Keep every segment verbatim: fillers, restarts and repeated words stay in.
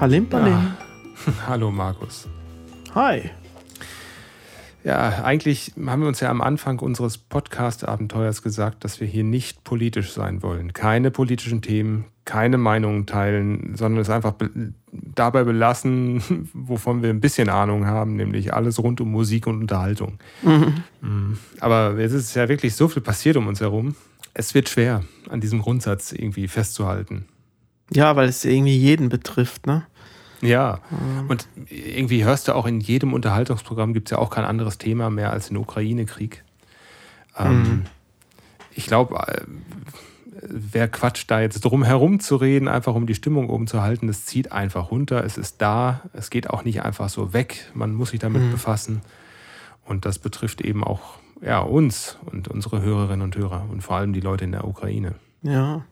Palim, Palim. Ja. Hallo Markus. Hi. Ja, eigentlich haben wir uns ja am Anfang unseres Podcast-Abenteuers gesagt, dass wir hier nicht politisch sein wollen. Keine politischen Themen, keine Meinungen teilen, sondern es einfach be- dabei belassen, wovon wir ein bisschen Ahnung haben, nämlich alles rund um Musik und Unterhaltung. Mhm. Aber jetzt ist ja wirklich so viel passiert um uns herum. Es wird schwer, an diesem Grundsatz irgendwie festzuhalten. Ja, weil es irgendwie jeden betrifft, ne? Ja, und irgendwie hörst du auch in jedem Unterhaltungsprogramm, gibt es ja auch kein anderes Thema mehr als den Ukraine-Krieg. Ähm, mhm. Ich glaube, wer quatscht da jetzt drum herum zu reden, einfach um die Stimmung oben zu halten, das zieht einfach runter. Es ist da, es geht auch nicht einfach so weg. Man muss sich damit mhm. befassen. Und das betrifft eben auch ja, uns und unsere Hörerinnen und Hörer und vor allem die Leute in der Ukraine. Ja.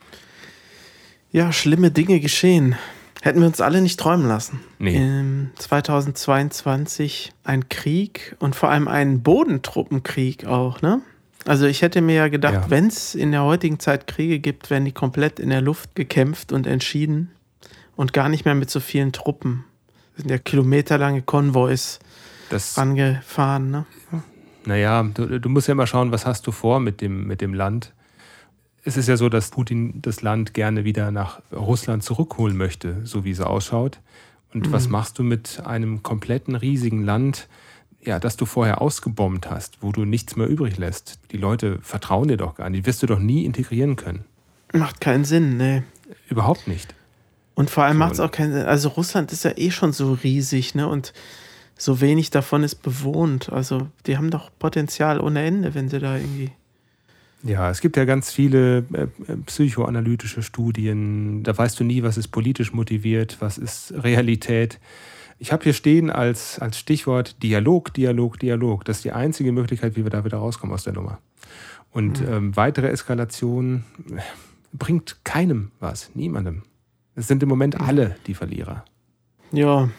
Ja, schlimme Dinge geschehen. Hätten wir uns alle nicht träumen lassen. Nee. Im zweitausendzweiundzwanzig ein Krieg und vor allem ein Bodentruppenkrieg auch, ne? Also ich hätte mir ja gedacht, ja. wenn es in der heutigen Zeit Kriege gibt, werden die komplett in der Luft gekämpft und entschieden und gar nicht mehr mit so vielen Truppen. Das sind ja kilometerlange Konvois das, rangefahren, ne? Ja. Naja, du, du musst ja immer schauen, was hast du vor mit dem, mit dem Land. Es ist ja so, dass Putin das Land gerne wieder nach Russland zurückholen möchte, so wie es ausschaut. Und mhm. was machst du mit einem kompletten, riesigen Land, ja, das du vorher ausgebombt hast, wo du nichts mehr übrig lässt? Die Leute vertrauen dir doch gar nicht. Die wirst du doch nie integrieren können. Macht keinen Sinn, ne. Überhaupt nicht. Und vor allem so, macht es auch keinen Sinn. Also Russland ist ja eh schon so riesig, ne? Und so wenig davon ist bewohnt. Also die haben doch Potenzial ohne Ende, wenn sie da irgendwie... Ja, es gibt ja ganz viele äh, psychoanalytische Studien. Da weißt du nie, was ist politisch motiviert, was ist Realität. Ich habe hier stehen als, als Stichwort Dialog, Dialog, Dialog. Das ist die einzige Möglichkeit, wie wir da wieder rauskommen aus der Nummer. Und mhm. ähm, weitere Eskalation bringt keinem was, niemandem. Es sind im Moment alle die Verlierer. Ja.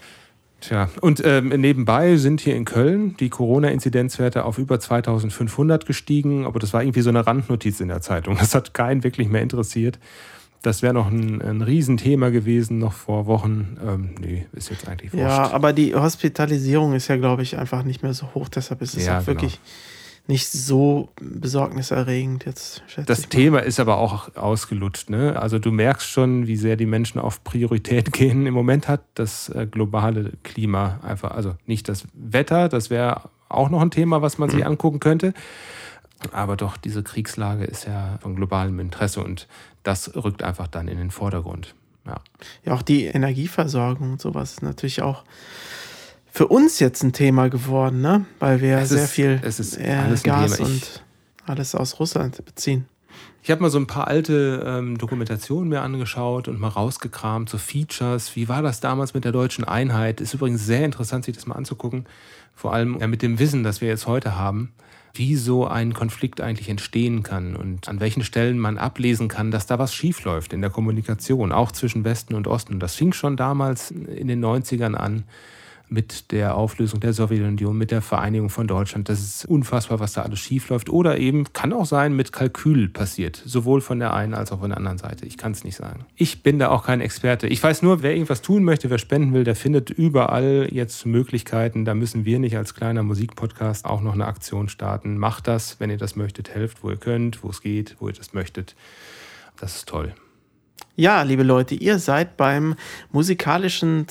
Tja, und ähm, nebenbei sind hier in Köln die Corona-Inzidenzwerte auf über zweitausendfünfhundert gestiegen, aber das war irgendwie so eine Randnotiz in der Zeitung. Das hat keinen wirklich mehr interessiert. Das wäre noch ein, ein Riesenthema gewesen, noch vor Wochen. Ähm, nee, ist jetzt eigentlich wurscht. Ja, aber die Hospitalisierung ist ja, glaube ich, einfach nicht mehr so hoch. Deshalb ist es ja, auch wirklich genau. nicht so besorgniserregend jetzt, schätze Das ich mal. Thema ist aber auch ausgelutscht, ne? Also du merkst schon, wie sehr die Menschen auf Priorität gehen. Im Moment hat das äh, globale Klima einfach, also nicht das Wetter, das wäre auch noch ein Thema, was man sich angucken könnte. Aber doch, diese Kriegslage ist ja von globalem Interesse und das rückt einfach dann in den Vordergrund. Ja, ja, auch die Energieversorgung und sowas ist natürlich auch für uns jetzt ein Thema geworden, ne? Weil wir es sehr ist, viel es ist äh, alles Gas Thema. Ich, und alles aus Russland beziehen. Ich habe mal so ein paar alte ähm, Dokumentationen mir angeschaut und mal rausgekramt, so Features. Wie war das damals mit der deutschen Einheit? Ist übrigens sehr interessant, sich das mal anzugucken. Vor allem ja, mit dem Wissen, das wir jetzt heute haben, wie so ein Konflikt eigentlich entstehen kann und an welchen Stellen man ablesen kann, dass da was schiefläuft in der Kommunikation, auch zwischen Westen und Osten. Das fing schon damals in den neunzigern an mit der Auflösung der Sowjetunion, mit der Vereinigung von Deutschland. Das ist unfassbar, was da alles schiefläuft. Oder eben, kann auch sein, mit Kalkül passiert. Sowohl von der einen als auch von der anderen Seite. Ich kann es nicht sagen. Ich bin da auch kein Experte. Ich weiß nur, wer irgendwas tun möchte, wer spenden will, der findet überall jetzt Möglichkeiten. Da müssen wir nicht als kleiner Musikpodcast auch noch eine Aktion starten. Macht das, wenn ihr das möchtet. Helft, wo ihr könnt, wo es geht, wo ihr das möchtet. Das ist toll. Ja, liebe Leute, ihr seid beim musikalischen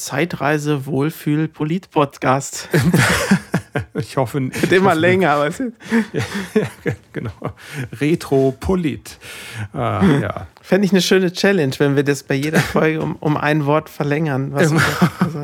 Zeitreise-Wohlfühl-Polit-Podcast. Ich hoffe... Wird immer hoffe, länger, aber es ist... Ja, ja, genau. Retro-Polit. Ah, ja. Fände ich eine schöne Challenge, wenn wir das bei jeder Folge um, um ein Wort verlängern. Was also,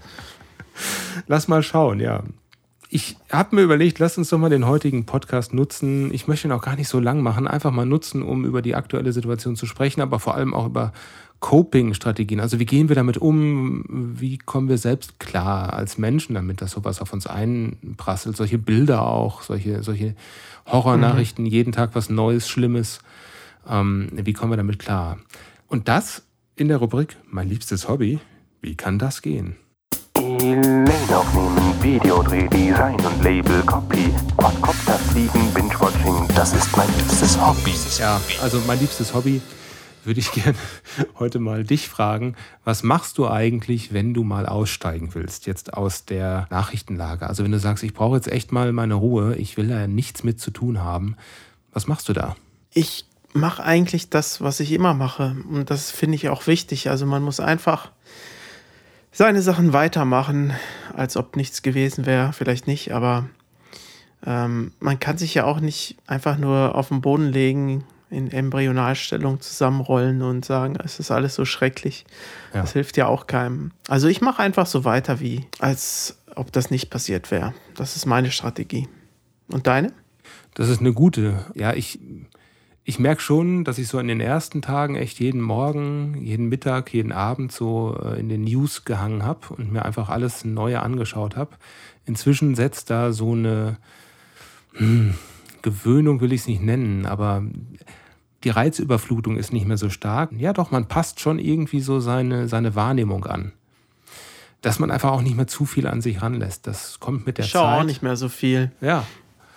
Lass mal schauen, ja. Ich habe mir überlegt, lass uns doch mal den heutigen Podcast nutzen. Ich möchte ihn auch gar nicht so lang machen. Einfach mal nutzen, um über die aktuelle Situation zu sprechen, aber vor allem auch über Coping-Strategien. Also wie gehen wir damit um? Wie kommen wir selbst klar als Menschen damit, dass sowas auf uns einprasselt? Solche Bilder auch, solche, solche Horrornachrichten, mhm. jeden Tag was Neues, Schlimmes. Ähm, wie kommen wir damit klar? Und das in der Rubrik Mein liebstes Hobby. Wie kann das gehen? E-Mail aufnehmen, Videodreh, Design und Label, Copy, Quadcopter fliegen, Binge-Watching, das ist mein liebstes Hobby. Ja, also mein liebstes Hobby würde ich gerne heute mal dich fragen, was machst du eigentlich, wenn du mal aussteigen willst, jetzt aus der Nachrichtenlage? Also wenn du sagst, ich brauche jetzt echt mal meine Ruhe, ich will da nichts mit zu tun haben, was machst du da? Ich mache eigentlich das, was ich immer mache. Und das finde ich auch wichtig. Also man muss einfach seine Sachen weitermachen, als ob nichts gewesen wäre. Vielleicht nicht, aber ähm, man kann sich ja auch nicht einfach nur auf den Boden legen, in Embryonalstellung zusammenrollen und sagen, es ist alles so schrecklich. Ja. Das hilft ja auch keinem. Also ich mache einfach so weiter, wie als ob das nicht passiert wäre. Das ist meine Strategie. Und deine? Das ist eine gute. Ja, ich... Ich merke schon, dass ich so in den ersten Tagen echt jeden Morgen, jeden Mittag, jeden Abend so in den News gehangen habe und mir einfach alles Neue angeschaut habe. Inzwischen setzt da so eine hm, Gewöhnung, will ich es nicht nennen, aber die Reizüberflutung ist nicht mehr so stark. Ja doch, man passt schon irgendwie so seine, seine Wahrnehmung an. Dass man einfach auch nicht mehr zu viel an sich ranlässt. Das kommt mit der ich Zeit. Ich schaue auch nicht mehr so viel. Ja.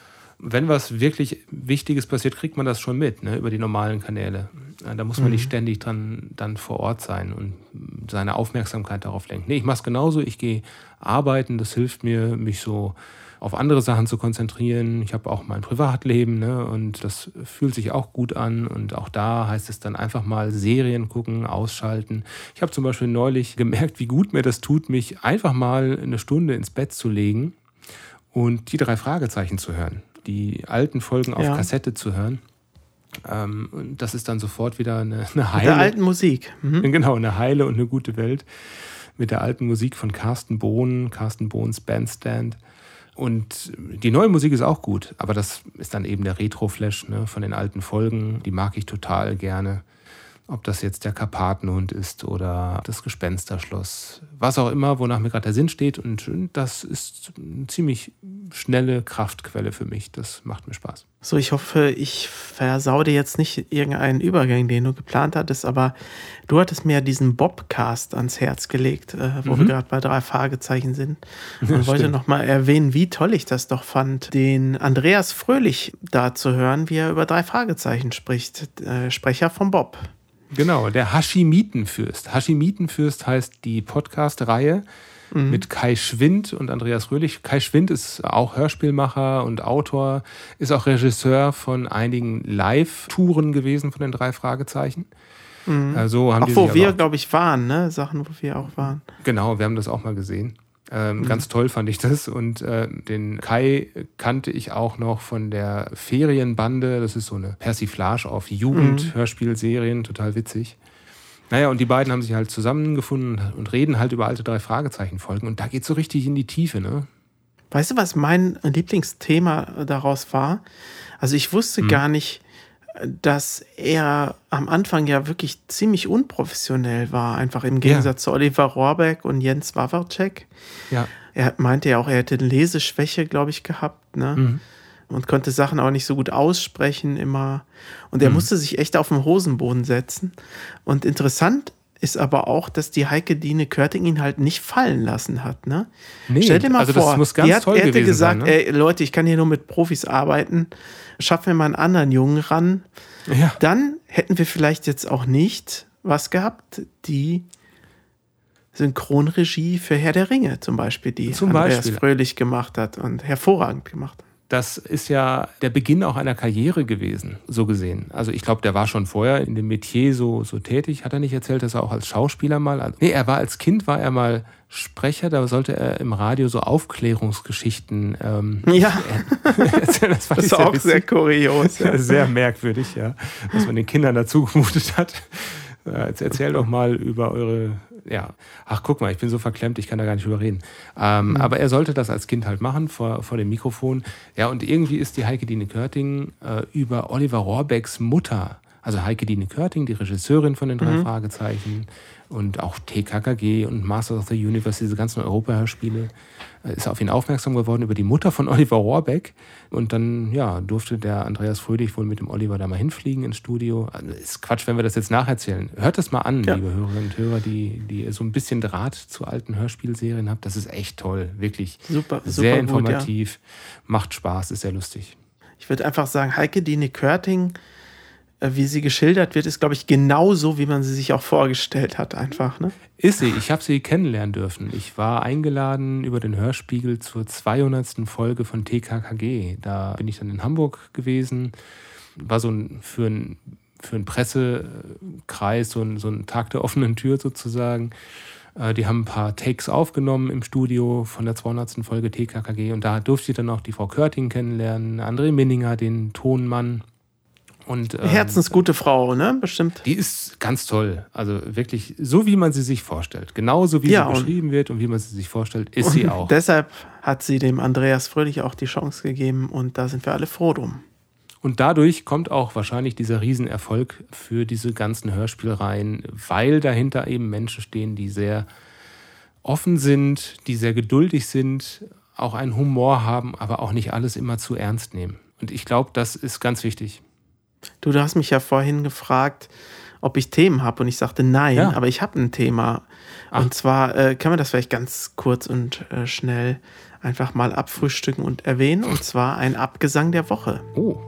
Wenn was wirklich Wichtiges passiert, kriegt man das schon mit, ne, über die normalen Kanäle. Da muss man mhm. nicht ständig dran dann vor Ort sein und seine Aufmerksamkeit darauf lenken. Nee, ich mache es genauso. Ich gehe arbeiten. Das hilft mir, mich so auf andere Sachen zu konzentrieren. Ich habe auch mein Privatleben, ne, und das fühlt sich auch gut an. Und auch da heißt es dann einfach mal Serien gucken, ausschalten. Ich habe zum Beispiel neulich gemerkt, wie gut mir das tut, mich einfach mal eine Stunde ins Bett zu legen und die drei Fragezeichen zu hören. Die alten Folgen auf ja. Kassette zu hören. Ähm, und das ist dann sofort wieder eine, eine heile... Mit der alten Musik. Mhm. Genau, eine heile und eine gute Welt. Mit der alten Musik von Carsten Bohn, Carsten Bohns Bandstand. Und die neue Musik ist auch gut, aber das ist dann eben der Retro-Flash, ne, von den alten Folgen. Die mag ich total gerne. Ob das jetzt der Karpatenhund ist oder das Gespensterschloss. Was auch immer, wonach mir gerade der Sinn steht. Und das ist eine ziemlich schnelle Kraftquelle für mich. Das macht mir Spaß. So, ich hoffe, ich versau dir jetzt nicht irgendeinen Übergang, den du geplant hattest. Aber du hattest mir diesen Bobcast ans Herz gelegt, äh, wo mhm. wir gerade bei drei Fragezeichen sind. Und ja, wollte nochmal erwähnen, wie toll ich das doch fand, den Andreas Fröhlich da zu hören, wie er über drei Fragezeichen spricht. Äh, Sprecher von Bob. Genau, der Haschimitenfürst. Haschimitenfürst heißt die Podcast-Reihe mhm. mit Kai Schwind und Andreas Fröhlich. Kai Schwind ist auch Hörspielmacher und Autor, ist auch Regisseur von einigen Live-Touren gewesen von den drei Fragezeichen. Mhm. Also haben auch die wo wir, glaube ich, waren, ne? Sachen, wo wir auch waren. Genau, wir haben das auch mal gesehen. Ähm, mhm. Ganz toll fand ich das. Und äh, den Kai kannte ich auch noch von der Ferienbande. Das ist so eine Persiflage auf Jugend-Hörspielserien, total witzig. Naja, und die beiden haben sich halt zusammengefunden und reden halt über alte drei Fragezeichen-Folgen. Und da geht es so richtig in die Tiefe, ne? Weißt du, was mein Lieblingsthema daraus war? Also ich wusste mhm. gar nicht, dass er am Anfang ja wirklich ziemlich unprofessionell war, einfach im Gegensatz ja. zu Oliver Rohrbeck und Jens Wawrczeck. Ja. Er meinte ja auch, er hätte eine Leseschwäche, glaube ich, gehabt, ne? Mhm. Und konnte Sachen auch nicht so gut aussprechen immer. Und er mhm. musste sich echt auf den Hosenboden setzen. Und interessant ist aber auch, dass die Heike Dine Körting ihn halt nicht fallen lassen hat. Ne? Nee, stell dir mal also vor, das muss ganz die hat, toll er hätte gewesen gesagt, sein, ne? ey, Leute, ich kann hier nur mit Profis arbeiten, schaffen wir mal einen anderen Jungen ran. Ja. Dann hätten wir vielleicht jetzt auch nicht was gehabt, die Synchronregie für Herr der Ringe zum Beispiel, die zum Andreas Beispiel. Fröhlich gemacht hat und hervorragend gemacht hat. Das ist ja der Beginn auch einer Karriere gewesen, so gesehen. Also ich glaube, der war schon vorher in dem Metier so, so tätig. Hat er nicht erzählt, dass er auch als Schauspieler mal... Nee, er war als Kind, war er mal Sprecher. Da sollte er im Radio so Aufklärungsgeschichten ähm, ja. erzählen. Das, das ist auch witzig. Sehr kurios. Ja. Sehr merkwürdig, ja. Was man den Kindern dazu gemutet hat. Jetzt erzähl doch mal über eure... Ja, ach guck mal, ich bin so verklemmt, ich kann da gar nicht drüber reden. Ähm, mhm. Aber er sollte das als Kind halt machen, vor, vor dem Mikrofon. Ja, und irgendwie ist die Heike Dine Körting äh, über Oliver Rohrbecks Mutter, also Heike Dine Körting, die Regisseurin von den drei mhm. Fragezeichen und auch T K K G und Masters of the Universe, diese ganzen Europa-Hörspiele, äh, ist auf ihn aufmerksam geworden über die Mutter von Oliver Rohrbeck. Und dann, ja, durfte der Andreas Fröhlich wohl mit dem Oliver da mal hinfliegen ins Studio. Also, ist Quatsch, wenn wir das jetzt nacherzählen. Hört das mal an, ja. liebe Hörerinnen und Hörer, die, die so ein bisschen Draht zu alten Hörspielserien habt. Das ist echt toll, wirklich. Super, sehr super informativ, gut, ja. Macht Spaß, ist sehr lustig. Ich würde einfach sagen, Heike Dine Körting wie sie geschildert wird, ist, glaube ich, genauso, wie man sie sich auch vorgestellt hat, einfach. Ne? Ist sie. Ich habe sie kennenlernen dürfen. Ich war eingeladen über den Hörspiegel zur zweihundertsten Folge von T K K G. Da bin ich dann in Hamburg gewesen. War so ein, für einen für einen Pressekreis, so ein, so ein Tag der offenen Tür sozusagen. Die haben ein paar Takes aufgenommen im Studio von der zweihundertsten Folge T K K G. Und da durfte ich dann auch die Frau Körting kennenlernen, André Minninger, den Tonmann. Und, ähm, herzensgute Frau, ne? Bestimmt. Die ist ganz toll. Also wirklich so, wie man sie sich vorstellt. Genauso wie ja, sie beschrieben wird und wie man sie sich vorstellt, ist sie auch. Deshalb hat sie dem Andreas Fröhlich auch die Chance gegeben und da sind wir alle froh drum. Und dadurch kommt auch wahrscheinlich dieser Riesenerfolg für diese ganzen Hörspielreihen, weil dahinter eben Menschen stehen, die sehr offen sind, die sehr geduldig sind, auch einen Humor haben, aber auch nicht alles immer zu ernst nehmen. Und ich glaube, das ist ganz wichtig. Du, du hast mich ja vorhin gefragt, ob ich Themen habe und ich sagte nein, ja. Aber ich habe ein Thema. Ach. Und zwar äh, können wir das vielleicht ganz kurz und äh, schnell einfach mal abfrühstücken und erwähnen. Und zwar ein Abgesang der Woche. Oh.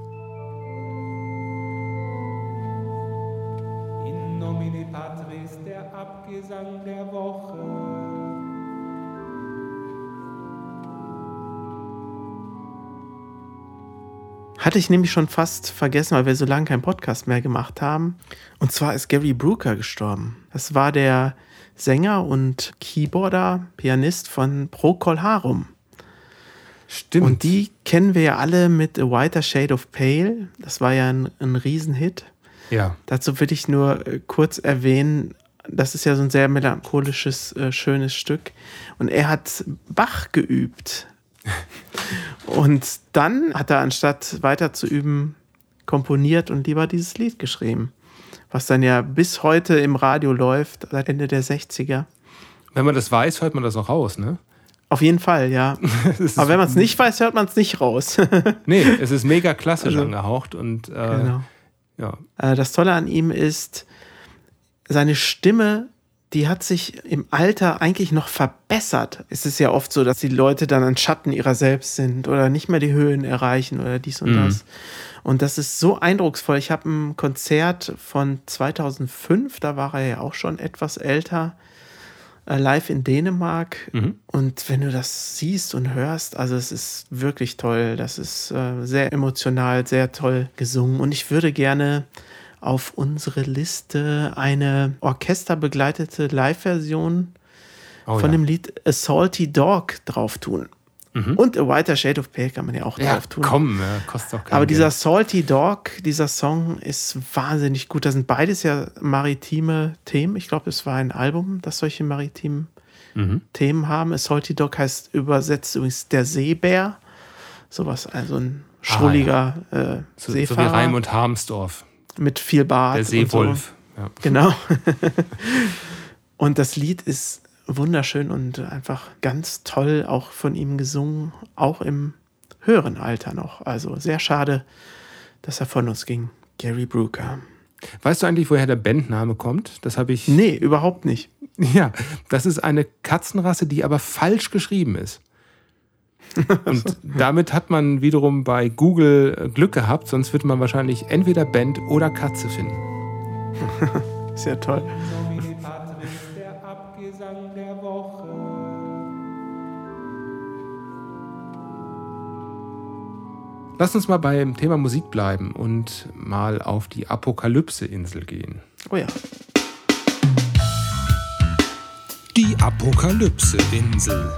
In nomine Patris, der Abgesang der Woche. Hatte ich nämlich schon fast vergessen, weil wir so lange keinen Podcast mehr gemacht haben. Und zwar ist Gary Brooker gestorben. Das war der Sänger und Keyboarder, Pianist von Procol Harum. Stimmt. Und die kennen wir ja alle mit A Whiter Shade of Pale. Das war ja ein, ein Riesenhit. Ja. Dazu will ich nur äh, kurz erwähnen, das ist ja so ein sehr melancholisches, äh, schönes Stück. Und er hat Bach geübt. Und dann hat er, anstatt weiter zu üben, komponiert und lieber dieses Lied geschrieben. Was dann ja bis heute im Radio läuft, seit Ende der sechziger. Wenn man das weiß, hört man das auch raus, ne? Auf jeden Fall, ja. Aber wenn man es nicht weiß, hört man es nicht raus. Nee, es ist mega klassisch also, angehaucht. Und, äh, genau. Ja. Äh, das Tolle an ihm ist, seine Stimme, die hat sich im Alter eigentlich noch verbessert. Es ist ja oft so, dass die Leute dann ein Schatten ihrer selbst sind oder nicht mehr die Höhen erreichen oder dies und mhm. das. Und das ist so eindrucksvoll. Ich habe ein Konzert von zweitausendfünf, da war er ja auch schon etwas älter, live in Dänemark. Mhm. Und wenn du das siehst und hörst, also es ist wirklich toll. Das ist äh, sehr emotional, sehr toll gesungen. Und ich würde gerne auf unsere Liste eine orchesterbegleitete Live-Version oh, von ja. dem Lied A Salty Dog drauf tun. Mhm. Und A Whiter Shade of Pale kann man ja auch ja, drauf tun. Komm, ja, kostet doch kein Aber Geld. dieser Salty Dog, dieser Song ist wahnsinnig gut. Das sind beides ja maritime Themen. Ich glaube, es war ein Album, das solche maritimen mhm. Themen haben. A Salty Dog heißt übersetzt übrigens der Seebär. Sowas, also ein schrulliger ah, ja. äh, so, Seefahrer. So wie Raimund Harmsdorf. Mit viel Bart. Der Seewolf. Und so. Ja. Genau. Und das Lied ist wunderschön und einfach ganz toll auch von ihm gesungen, auch im höheren Alter noch. Also sehr schade, dass er von uns ging. Gary Brooker. Weißt du eigentlich, woher der Bandname kommt? Das habe ich... Nee, überhaupt nicht. Ja, das ist eine Katzenrasse, die aber falsch geschrieben ist. Und damit hat man wiederum bei Google Glück gehabt, sonst würde man wahrscheinlich entweder Band oder Katze finden. Sehr toll. Der Abgesang der Woche. Lass uns mal beim Thema Musik bleiben und mal auf die Apokalypse-Insel gehen. Oh ja. Die Apokalypse-Insel.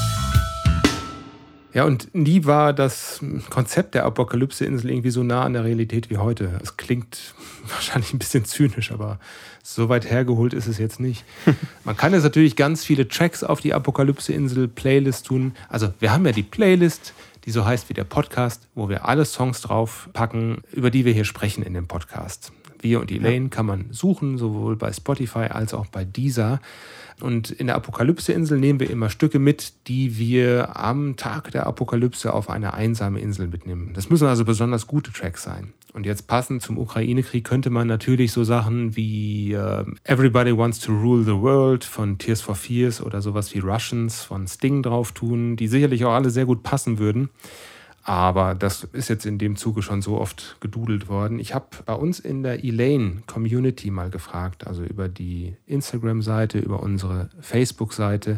Ja, und nie war das Konzept der Apokalypse-Insel irgendwie so nah an der Realität wie heute. Es klingt wahrscheinlich ein bisschen zynisch, aber so weit hergeholt ist es jetzt nicht. Man kann jetzt natürlich ganz viele Tracks auf die Apokalypse-Insel-Playlist tun. Also wir haben ja die Playlist, die so heißt wie der Podcast, wo wir alle Songs drauf packen, über die wir hier sprechen in dem Podcast. Wir und Elaine kann man suchen, sowohl bei Spotify als auch bei Deezer. Und in der Apokalypse-Insel nehmen wir immer Stücke mit, die wir am Tag der Apokalypse auf eine einsame Insel mitnehmen. Das müssen also besonders gute Tracks sein. Und jetzt passend zum Ukraine-Krieg könnte man natürlich so Sachen wie äh, Everybody Wants to Rule the World von Tears for Fears oder sowas wie Russians von Sting drauf tun, die sicherlich auch alle sehr gut passen würden. Aber das ist jetzt in dem Zuge schon so oft gedudelt worden. Ich habe bei uns in der Elaine-Community mal gefragt, also über die Instagram-Seite, über unsere Facebook-Seite.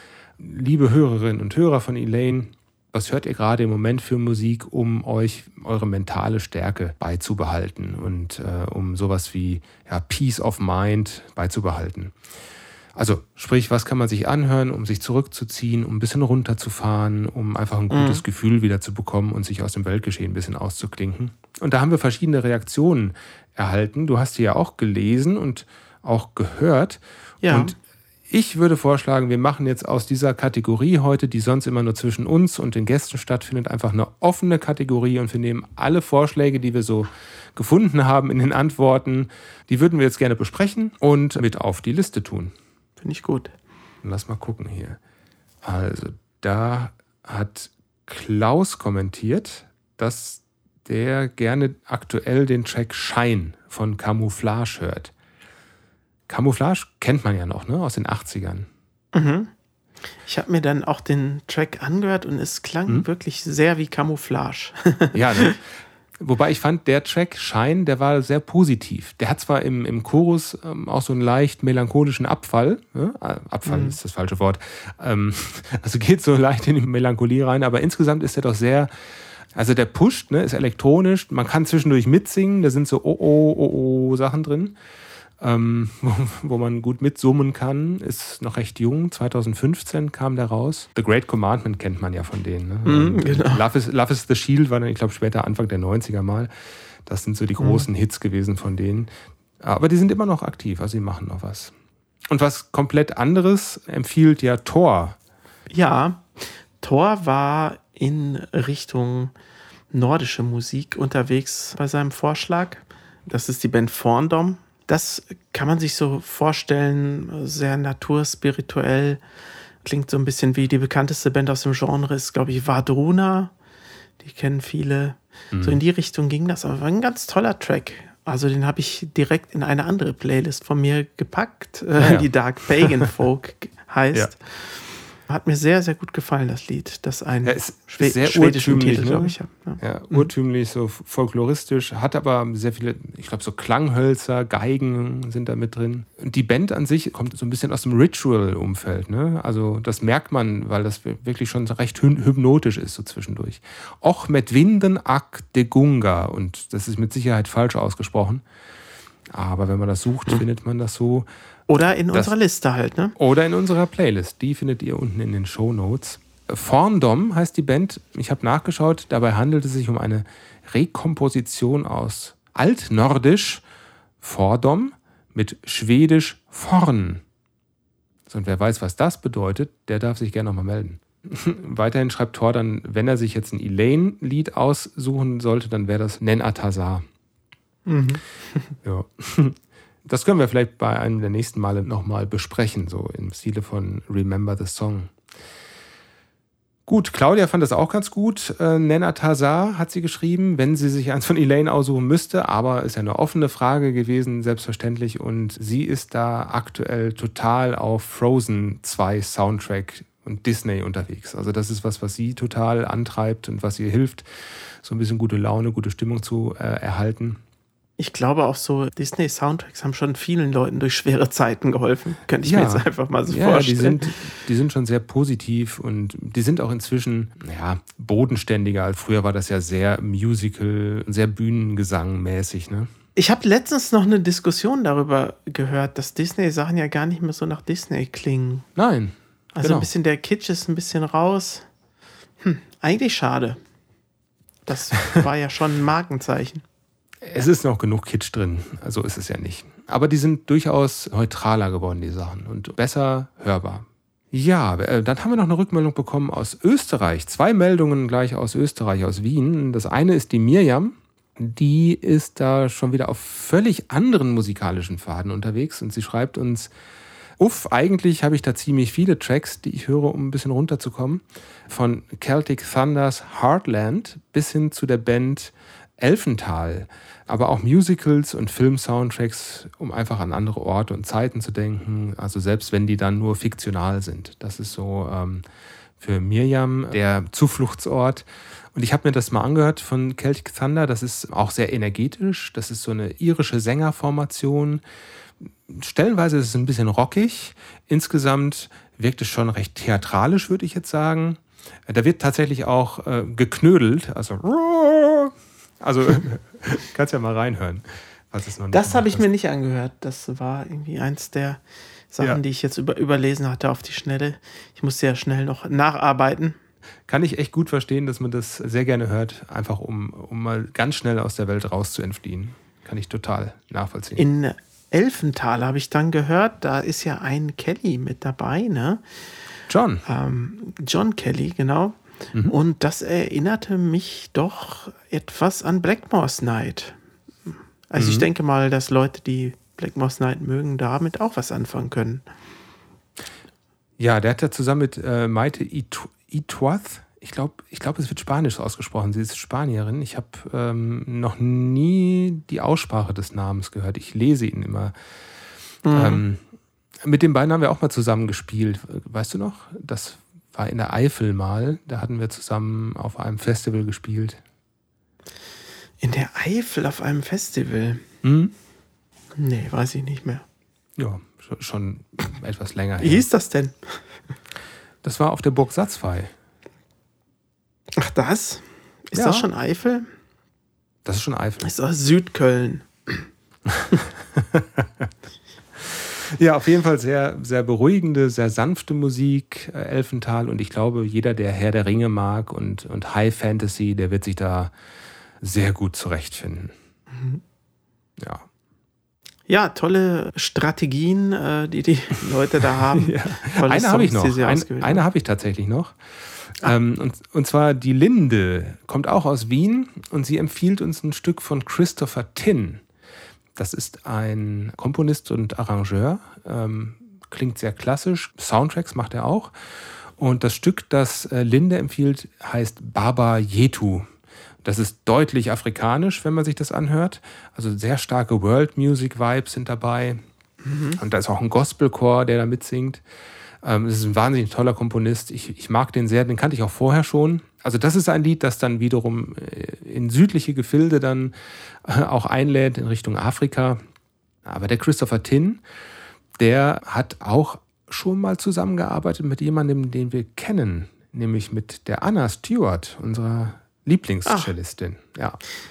Liebe Hörerinnen und Hörer von Elaine, was hört ihr gerade im Moment für Musik, um euch eure mentale Stärke beizubehalten und äh, um sowas wie ja, Peace of Mind beizubehalten? Also sprich, was kann man sich anhören, um sich zurückzuziehen, um ein bisschen runterzufahren, um einfach ein gutes mhm. Gefühl wieder zu bekommen und sich aus dem Weltgeschehen ein bisschen auszuklinken. Und da haben wir verschiedene Reaktionen erhalten. Du hast die ja auch gelesen und auch gehört. Ja. Und ich würde vorschlagen, wir machen jetzt aus dieser Kategorie heute, die sonst immer nur zwischen uns und den Gästen stattfindet, einfach eine offene Kategorie und wir nehmen alle Vorschläge, die wir so gefunden haben in den Antworten, die würden wir jetzt gerne besprechen und mit auf die Liste tun. Finde ich gut. Lass mal gucken hier. Also, da hat Klaus kommentiert, dass der gerne aktuell den Track Shine von Camouflage hört. Camouflage kennt man ja noch, ne? Aus den achtzigern. Mhm. Ich habe mir dann auch den Track angehört und es klang mhm. wirklich sehr wie Camouflage. Ja, ne? Wobei ich fand, der Track Shine, der war sehr positiv. Der hat zwar im, im Chorus ähm, auch so einen leicht melancholischen Abfall. Ne? Abfall mhm. ist das falsche Wort. Ähm, also geht so leicht in die Melancholie rein, aber insgesamt ist er doch sehr... Also der pusht, ne, ist elektronisch. Man kann zwischendurch mitsingen. Da sind so Oh-Oh-Oh-Oh-Sachen drin. Ähm, wo, wo man gut mitsummen kann, ist noch recht jung. zwanzig fünfzehn kam der raus. The Great Commandment kennt man ja von denen. Ne? Mm, genau. Love is, Love is the Shield war dann, ich glaube, später Anfang der neunziger mal. Das sind so die großen mm. Hits gewesen von denen. Aber die sind immer noch aktiv, also die machen noch was. Und was komplett anderes empfiehlt ja Thor. Ja, Thor war in Richtung nordische Musik unterwegs bei seinem Vorschlag. Das ist die Band Forndom. Das kann man sich so vorstellen, sehr naturspirituell. Klingt so ein bisschen wie die bekannteste Band aus dem Genre, ist, glaube ich, Wardruna. Die kennen viele. Mhm. So in die Richtung ging das, aber war ein ganz toller Track. Also den habe ich direkt in eine andere Playlist von mir gepackt, äh, ja. die Dark Pagan Folk heißt. Ja. Hat mir sehr, sehr gut gefallen, das Lied. Das ein ja, ist Schwed- sehr schwedischen urtümlich, Titel, ne? glaube ich. Ja, ja urtümlich, so folkloristisch, hat aber sehr viele, ich glaube, so Klanghölzer, Geigen sind da mit drin. Und die Band an sich kommt so ein bisschen aus dem Ritual-Umfeld, ne? Also das merkt man, weil das wirklich schon recht hy- hypnotisch ist, so zwischendurch. Och met vinden ak de gunga. Und das ist mit Sicherheit falsch ausgesprochen. Aber wenn man das sucht, hm. findet man das so. Oder in das, unserer Liste halt, ne? Oder in unserer Playlist. Die findet ihr unten in den Shownotes. Forndom heißt die Band. Ich habe nachgeschaut. Dabei handelt es sich um eine Rekomposition aus Altnordisch Fordom mit Schwedisch Forn. So, und wer weiß, was das bedeutet, der darf sich gerne nochmal melden. Weiterhin schreibt Thor dann, wenn er sich jetzt ein Elaine-Lied aussuchen sollte, dann wäre das Nen Atazar. Mhm. Ja. Das können wir vielleicht bei einem der nächsten Male nochmal besprechen, so im Stile von Remember the Song. Gut, Claudia fand das auch ganz gut. Äh, Nen Atazar hat sie geschrieben, wenn sie sich eins von Elaine aussuchen müsste, aber ist ja eine offene Frage gewesen, selbstverständlich. Und sie ist da aktuell total auf Frozen zwei Soundtrack und Disney unterwegs. Also das ist was, was sie total antreibt und was ihr hilft, so ein bisschen gute Laune, gute Stimmung zu äh, erhalten. Ich glaube auch so, Disney-Soundtracks haben schon vielen Leuten durch schwere Zeiten geholfen. Könnte ich ja. mir jetzt einfach mal so ja, vorstellen. Die sind, die sind schon sehr positiv und die sind auch inzwischen ja, bodenständiger. Als früher war das ja sehr Musical, sehr Bühnengesang-mäßig, ne? Ich habe letztens noch eine Diskussion darüber gehört, dass Disney-Sachen ja gar nicht mehr so nach Disney klingen. Nein. Also genau. Ein bisschen der Kitsch ist ein bisschen raus. Hm, eigentlich schade. Das war ja schon ein Markenzeichen. Es ist noch genug Kitsch drin, also ist es ja nicht. Aber die sind durchaus neutraler geworden, die Sachen, und besser hörbar. Ja, dann haben wir noch eine Rückmeldung bekommen aus Österreich. Zwei Meldungen gleich aus Österreich, aus Wien. Das eine ist die Mirjam. Die ist da schon wieder auf völlig anderen musikalischen Pfaden unterwegs. Und sie schreibt uns, uff, eigentlich habe ich da ziemlich viele Tracks, die ich höre, um ein bisschen runterzukommen. Von Celtic Thunders Heartland bis hin zu der Band Elfental, aber auch Musicals und Film-Soundtracks, um einfach an andere Orte und Zeiten zu denken, also selbst wenn die dann nur fiktional sind. Das ist so ähm, für Miriam, der Zufluchtsort. Und ich habe mir das mal angehört von Celtic Thunder. Das ist auch sehr energetisch. Das ist so eine irische Sängerformation. Stellenweise ist es ein bisschen rockig. Insgesamt wirkt es schon recht theatralisch, würde ich jetzt sagen. Da wird tatsächlich auch äh, geknödelt. Also, also kannst ja mal reinhören. Was es noch nicht das habe ich hast. mir nicht angehört. Das war irgendwie eins der Sachen, ja. die ich jetzt über, überlesen hatte auf die Schnelle. Ich musste ja schnell noch nacharbeiten. Kann ich echt gut verstehen, dass man das sehr gerne hört, einfach um, um mal ganz schnell aus der Welt raus zu entfliehen. Kann ich total nachvollziehen. In Elfental habe ich dann gehört, da ist ja ein Kelly mit dabei, ne? John. Ähm, John Kelly, genau. Mhm. Und das erinnerte mich doch etwas an Blackmore's Night. Also mhm. ich denke mal, dass Leute, die Blackmore's Night mögen, damit auch was anfangen können. Ja, der hat ja zusammen mit äh, Maite Itoaz, ich glaube, ich glaub, es wird Spanisch ausgesprochen. Sie ist Spanierin. Ich habe ähm, noch nie die Aussprache des Namens gehört. Ich lese ihn immer. Mhm. Ähm, mit den beiden haben wir auch mal zusammen gespielt. Weißt du noch? Das war in der Eifel mal. Da hatten wir zusammen auf einem Festival gespielt. In der Eifel auf einem Festival? Mhm. Nee, weiß ich nicht mehr. Ja, schon etwas länger her. Wie hieß das denn? Das war auf der Burg Satzfey. Ach, das? Ist ja. das schon Eifel? Das ist schon Eifel. Das ist aus Südköln. Ja, auf jeden Fall sehr, sehr beruhigende, sehr sanfte Musik, äh, Elfental. Und ich glaube, jeder, der Herr der Ringe mag und, und High Fantasy, der wird sich da sehr gut zurechtfinden. Mhm. Ja. Ja, tolle Strategien, äh, die die Leute da haben. ja. Eine habe ich noch. Ein, eine habe ich tatsächlich noch. Ah. Ähm, und, und zwar die Linde kommt auch aus Wien und sie empfiehlt uns ein Stück von Christopher Tin. Das ist ein Komponist und Arrangeur. Ähm, klingt sehr klassisch. Soundtracks macht er auch. Und das Stück, das äh, Linde empfiehlt, heißt Baba Yetu. Das ist deutlich afrikanisch, wenn man sich das anhört. Also sehr starke World-Music-Vibes sind dabei. Mhm. Und da ist auch ein Gospelchor, der da mitsingt. Ähm, das ist ein wahnsinnig toller Komponist. Ich, ich mag den sehr, den kannte ich auch vorher schon. Also das ist ein Lied, das dann wiederum in südliche Gefilde dann auch einlädt, in Richtung Afrika. Aber der Christopher Tin, der hat auch schon mal zusammengearbeitet mit jemandem, den wir kennen, nämlich mit der Anna Stewart, unserer Lieblingscellistin. Ja.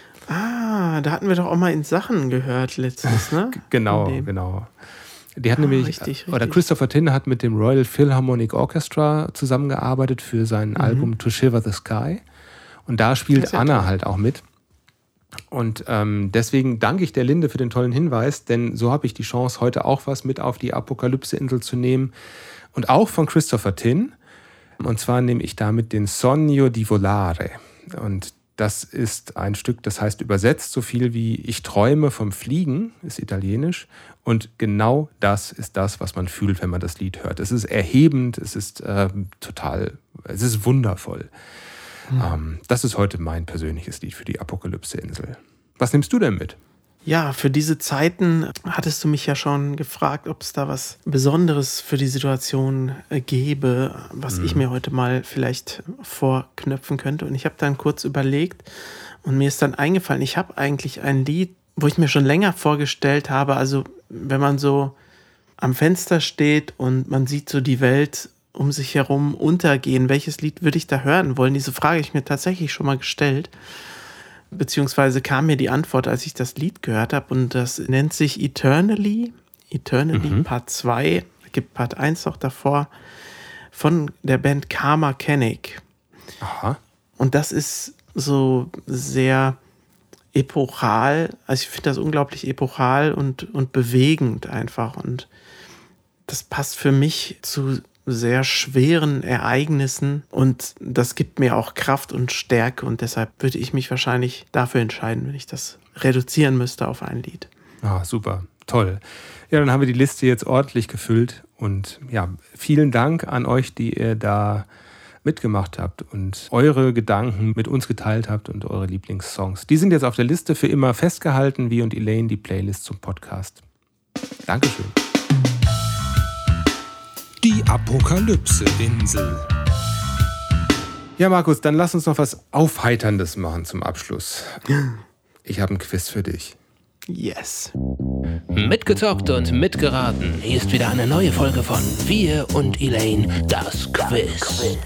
Ah, da hatten wir doch auch mal in Sachen gehört letztens, ne? Genau, genau. Die hat ah, nämlich, richtig, oder richtig. Christopher Tin hat mit dem Royal Philharmonic Orchestra zusammengearbeitet für sein mhm. Album To Shiver the Sky. Und da spielt Anna toll. halt auch mit. Und ähm, deswegen danke ich der Linde für den tollen Hinweis, denn so habe ich die Chance, heute auch was mit auf die Apokalypse-Insel zu nehmen. Und auch von Christopher Tin. Und zwar nehme ich damit den Sogno di Volare. Und das ist ein Stück, das heißt übersetzt so viel wie Ich träume vom Fliegen, ist italienisch. Und genau das ist das, was man fühlt, wenn man das Lied hört. Es ist erhebend, es ist äh, total, es ist wundervoll. Mhm. Ähm, das ist heute mein persönliches Lied für die Apokalypse-Insel. Was nimmst du denn mit? Ja, für diese Zeiten hattest du mich ja schon gefragt, ob es da was Besonderes für die Situation äh, gäbe, was mhm. ich mir heute mal vielleicht vorknöpfen könnte. Und ich habe dann kurz überlegt und mir ist dann eingefallen, ich habe eigentlich ein Lied, wo ich mir schon länger vorgestellt habe, also wenn man so am Fenster steht und man sieht so die Welt um sich herum untergehen, welches Lied würde ich da hören wollen? Diese Frage habe ich mir tatsächlich schon mal gestellt. Beziehungsweise kam mir die Antwort, als ich das Lied gehört habe, und das nennt sich Eternally, Eternally mhm. Part zwei, es gibt Part eins noch davor, von der Band Karma Kennick. Aha. Und das ist so sehr epochal, also ich finde das unglaublich epochal und, und bewegend einfach, und das passt für mich zu sehr schweren Ereignissen und das gibt mir auch Kraft und Stärke, und deshalb würde ich mich wahrscheinlich dafür entscheiden, wenn ich das reduzieren müsste auf ein Lied. Ah, super, toll. Ja, dann haben wir die Liste jetzt ordentlich gefüllt und ja, vielen Dank an euch, die ihr da mitgemacht habt und eure Gedanken mit uns geteilt habt und eure Lieblingssongs. Die sind jetzt auf der Liste für immer festgehalten, wie und Elaine die Playlist zum Podcast. Dankeschön. Die Apokalypse-Insel. Ja, Markus, dann lass uns noch was Aufheiterndes machen zum Abschluss. Ich habe ein Quiz für dich. Yes. Mitgezockt und mitgeraten. Hier ist wieder eine neue Folge von Wir und Elaine, das Quiz.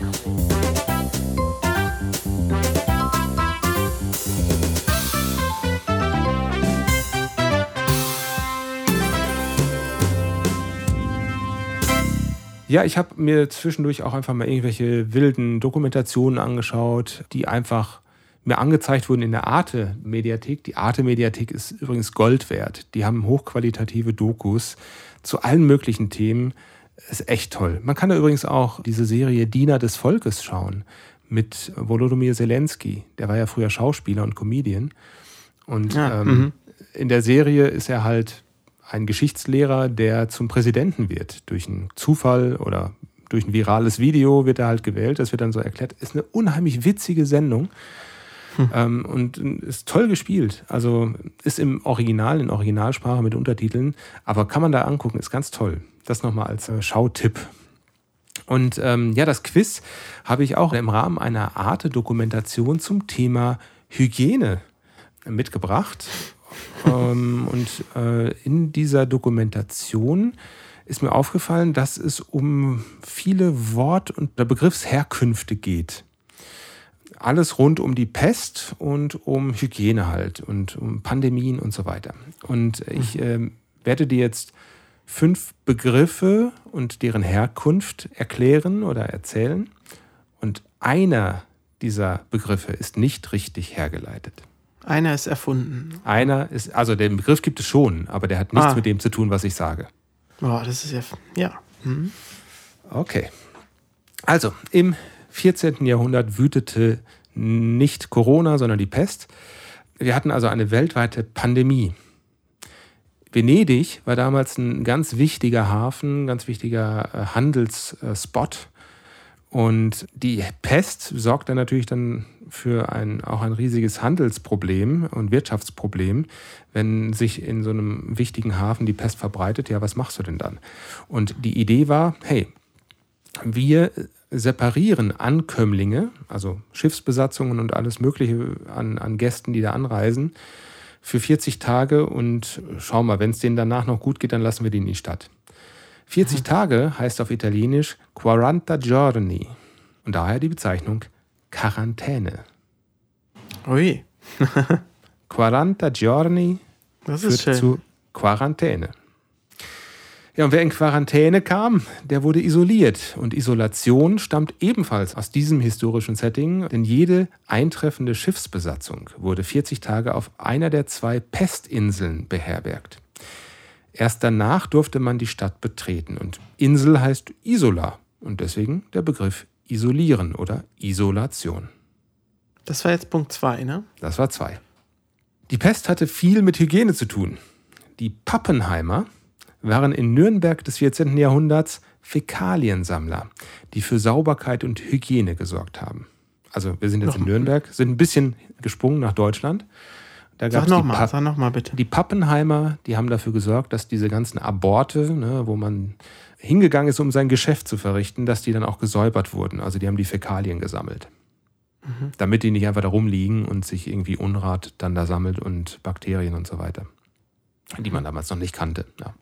Ja, ich habe mir zwischendurch auch einfach mal irgendwelche wilden Dokumentationen angeschaut, die einfach mir angezeigt wurden in der Arte-Mediathek. Die Arte-Mediathek ist übrigens Gold wert. Die haben hochqualitative Dokus zu allen möglichen Themen. Ist echt toll. Man kann da übrigens auch diese Serie Diener des Volkes schauen mit Volodymyr Zelensky. Der war ja früher Schauspieler und Comedian. Und ja, ähm, in der Serie ist er halt ein Geschichtslehrer, der zum Präsidenten wird. Durch einen Zufall oder durch ein virales Video wird er halt gewählt. Das wird dann so erklärt. Ist eine unheimlich witzige Sendung hm. ähm, und ist toll gespielt. Also ist im Original, in Originalsprache mit Untertiteln. Aber kann man da angucken, ist ganz toll. Das nochmal als äh, Schautipp. Und ähm, ja, das Quiz habe ich auch im Rahmen einer Arte-Dokumentation zum Thema Hygiene mitgebracht. ähm, und äh, in dieser Dokumentation ist mir aufgefallen, dass es um viele Wort- und Begriffsherkünfte geht. Alles rund um die Pest und um Hygiene halt und um Pandemien und so weiter. Und ich äh, werde dir jetzt fünf Begriffe und deren Herkunft erklären oder erzählen. Und einer dieser Begriffe ist nicht richtig hergeleitet. Einer ist erfunden. Einer ist, also den Begriff gibt es schon, aber der hat nichts ah. mit dem zu tun, was ich sage. Oh, das ist ja, ja. Mhm. Okay. Also, im vierzehnten Jahrhundert wütete nicht Corona, sondern die Pest. Wir hatten also eine weltweite Pandemie. Venedig war damals ein ganz wichtiger Hafen, ganz wichtiger Handelsspot. Und die Pest sorgt dann natürlich dann für ein, auch ein riesiges Handelsproblem und Wirtschaftsproblem, wenn sich in so einem wichtigen Hafen die Pest verbreitet. Ja, was machst du denn dann? Und die Idee war, hey, wir separieren Ankömmlinge, also Schiffsbesatzungen und alles Mögliche an, an Gästen, die da anreisen, für vierzig Tage und schau mal, wenn es denen danach noch gut geht, dann lassen wir die in die Stadt. vierzig Tage heißt auf Italienisch quaranta giorni und daher die Bezeichnung Quarantäne. Ui. quaranta giorni das ist führt schön. zu Quarantäne. Ja, und wer in Quarantäne kam, der wurde isoliert. Und Isolation stammt ebenfalls aus diesem historischen Setting, denn jede eintreffende Schiffsbesatzung wurde vierzig Tage auf einer der zwei Pestinseln beherbergt. Erst danach durfte man die Stadt betreten. Und Insel heißt Isola. Und deswegen der Begriff isolieren oder Isolation. Das war jetzt Punkt zwei, ne? Das war zwei. Die Pest hatte viel mit Hygiene zu tun. Die Pappenheimer waren in Nürnberg des vierzehnten Jahrhunderts Fäkaliensammler, die für Sauberkeit und Hygiene gesorgt haben. Also wir sind jetzt in Nürnberg, sind ein bisschen gesprungen nach Deutschland. Da sag nochmal, pa- sag nochmal bitte. Die Pappenheimer, die haben dafür gesorgt, dass diese ganzen Aborte, ne, wo man hingegangen ist, um sein Geschäft zu verrichten, dass die dann auch gesäubert wurden. Also die haben die Fäkalien gesammelt. Mhm. Damit die nicht einfach da rumliegen und sich irgendwie Unrat dann da sammelt und Bakterien und so weiter. Die man damals noch nicht kannte. Ja.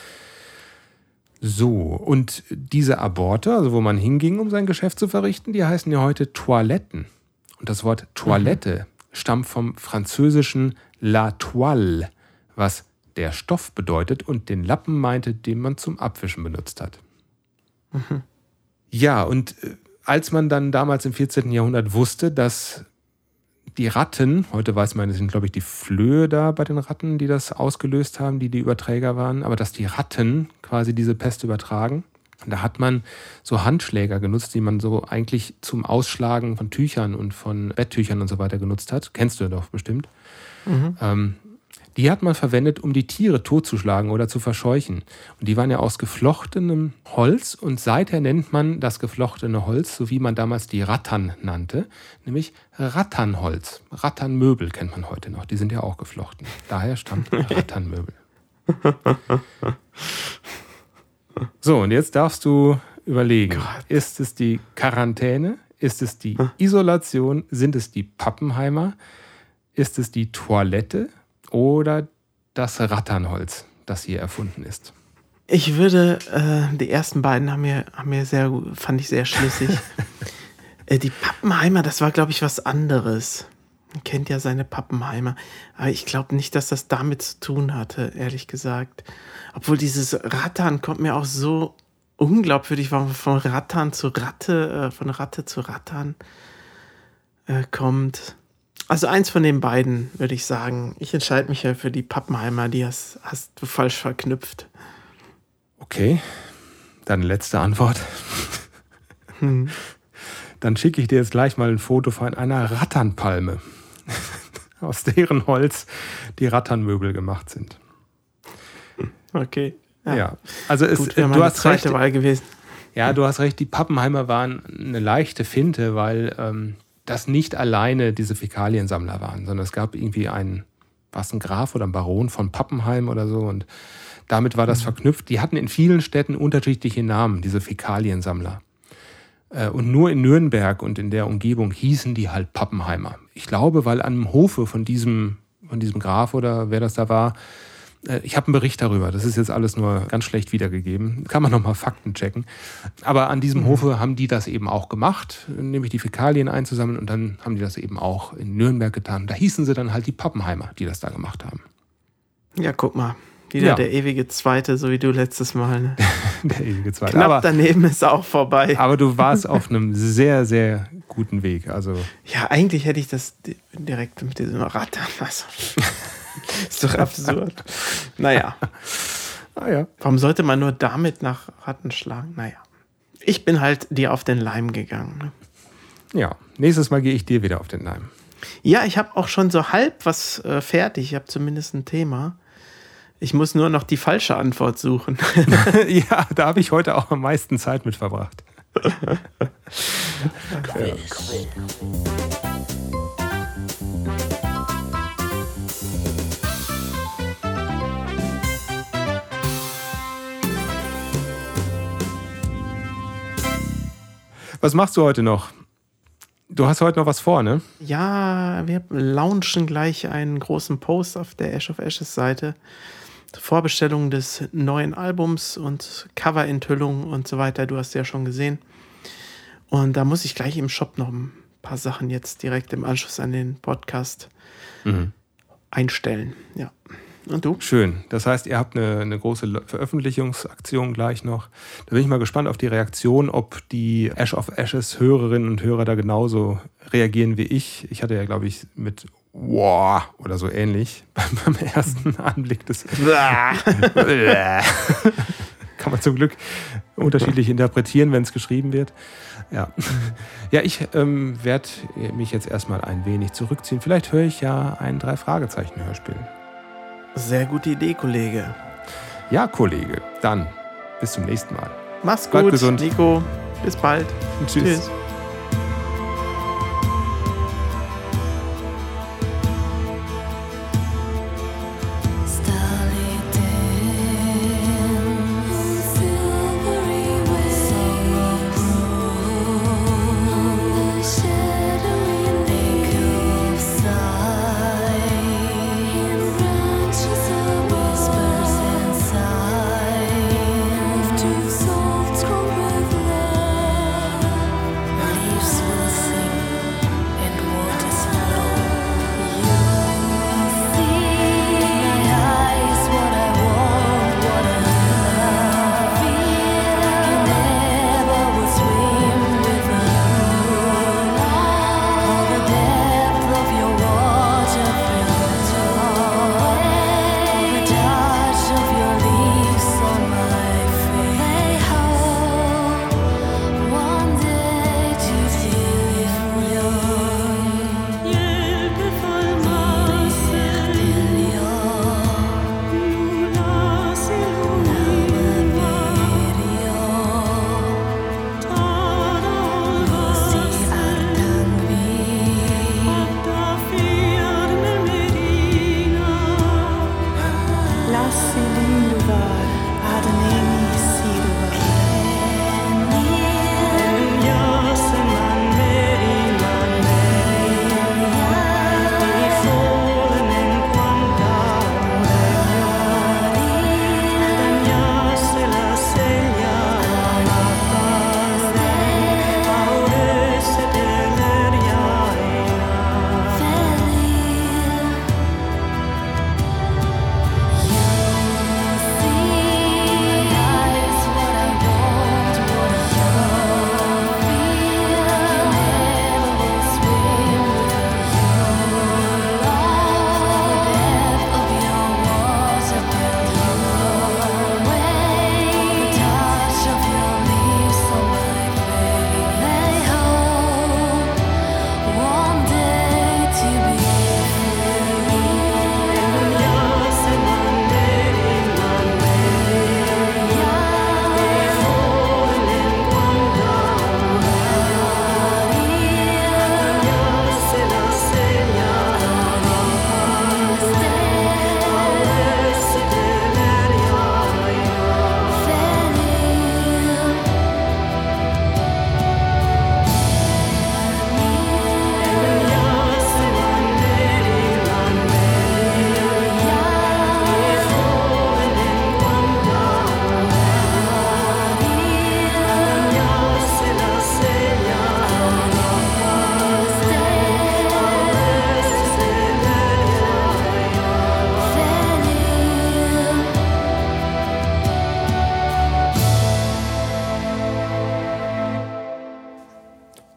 So, und diese Aborte, also wo man hinging, um sein Geschäft zu verrichten, die heißen ja heute Toiletten. Und das Wort Toilette mhm. stammt vom französischen la toile, was der Stoff bedeutet und den Lappen meinte, den man zum Abwischen benutzt hat. Mhm. Ja, und als man dann damals im vierzehnten Jahrhundert wusste, dass die Ratten, heute weiß man, es sind glaube ich die Flöhe da bei den Ratten, die das ausgelöst haben, die die Überträger waren, aber dass die Ratten quasi diese Pest übertragen, da hat man so Handschläger genutzt, die man so eigentlich zum Ausschlagen von Tüchern und von Betttüchern und so weiter genutzt hat. Kennst du doch bestimmt. Mhm. Ähm, die hat man verwendet, um die Tiere totzuschlagen oder zu verscheuchen. Und die waren ja aus geflochtenem Holz und seither nennt man das geflochtene Holz, so wie man damals die Rattan nannte, nämlich Ratternholz. Ratternmöbel kennt man heute noch, die sind ja auch geflochten. Daher stammt Ratternmöbel. So, und jetzt darfst du überlegen, Gott. Ist es die Quarantäne, Ist es die Isolation? Sind es die Pappenheimer? Ist es die Toilette oder das Ratternholz, das hier erfunden ist? Ich würde, äh, die ersten beiden haben mir, haben mir sehr, fand ich sehr schlüssig. äh, die Pappenheimer, das war, glaube ich, was anderes. Man kennt ja seine Pappenheimer. Aber ich glaube nicht, dass das damit zu tun hatte, ehrlich gesagt. Obwohl dieses Rattern kommt mir auch so unglaubwürdig, warum von Rattern zu Ratte, äh, von Ratte zu Rattern äh, kommt. Also eins von den beiden, würde ich sagen. Ich entscheide mich ja für die Pappenheimer, die hast, hast du falsch verknüpft. Okay, dann letzte Antwort. Hm. Dann schicke ich dir jetzt gleich mal ein Foto von einer Ratternpalme, aus deren Holz die Ratternmöbel gemacht sind. Okay. Ja, ja. Also es, Gut, wäre du meine hast zweite recht. Wahl gewesen. Ja, du hast recht, die Pappenheimer waren eine leichte Finte, weil ähm, das nicht alleine diese Fäkaliensammler waren, sondern es gab irgendwie einen, war es ein Graf oder ein Baron von Pappenheim oder so, und damit war das mhm. verknüpft. Die hatten in vielen Städten unterschiedliche Namen, diese Fäkaliensammler. Äh, und nur in Nürnberg und in der Umgebung hießen die halt Pappenheimer. Ich glaube, weil an dem Hofe von diesem, von diesem Graf oder wer das da war, ich habe einen Bericht darüber, das ist jetzt alles nur ganz schlecht wiedergegeben, kann man nochmal Fakten checken. Aber an diesem mhm. Hofe haben die das eben auch gemacht, nämlich die Fäkalien einzusammeln, und dann haben die das eben auch in Nürnberg getan. Da hießen sie dann halt die Pappenheimer, die das da gemacht haben. Ja, guck mal, wieder ja. der ewige Zweite, so wie du letztes Mal. Ne? Der ewige Zweite. Knapp aber, daneben ist auch vorbei. Aber du warst auf einem sehr, sehr guten Weg. Also ja, eigentlich hätte ich das direkt mit diesem Rattern lassen. Ist doch absurd. Naja. Ah, ja. Warum sollte man nur damit nach Ratten schlagen? Naja. Ich bin halt dir auf den Leim gegangen. Ne? Ja, nächstes Mal gehe ich dir wieder auf den Leim. Ja, ich habe auch schon so halb was äh, fertig. Ich habe zumindest ein Thema. Ich muss nur noch die falsche Antwort suchen. Ja, da habe ich heute auch am meisten Zeit mit verbracht. Okay. Was machst du heute noch? Du hast heute noch was vor, ne? Ja, wir launchen gleich einen großen Post auf der Ash of Ashes Seite. Vorbestellung des neuen Albums und Cover-Enthüllung und so weiter. Du hast ja schon gesehen. Und da muss ich gleich im Shop noch ein paar Sachen jetzt direkt im Anschluss an den Podcast mhm. einstellen. Ja. Und du? Schön. Das heißt, ihr habt eine, eine große Veröffentlichungsaktion gleich noch. Da bin ich mal gespannt auf die Reaktion, ob die Ash of Ashes Hörerinnen und Hörer da genauso reagieren wie ich. Ich hatte ja, glaube ich, mit wow oder so ähnlich beim ersten Anblick des kann man zum Glück unterschiedlich interpretieren, wenn es geschrieben wird. Ja, ja ich ähm, werde mich jetzt erstmal ein wenig zurückziehen. Vielleicht höre ich ja ein Drei-Fragezeichen-Hörspiel. Sehr gute Idee, Kollege. Ja, Kollege. Dann bis zum nächsten Mal. Mach's Bleib gut, gesund. Nico. Bis bald. Und tschüss. Tschüss.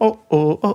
oh, oh, oh,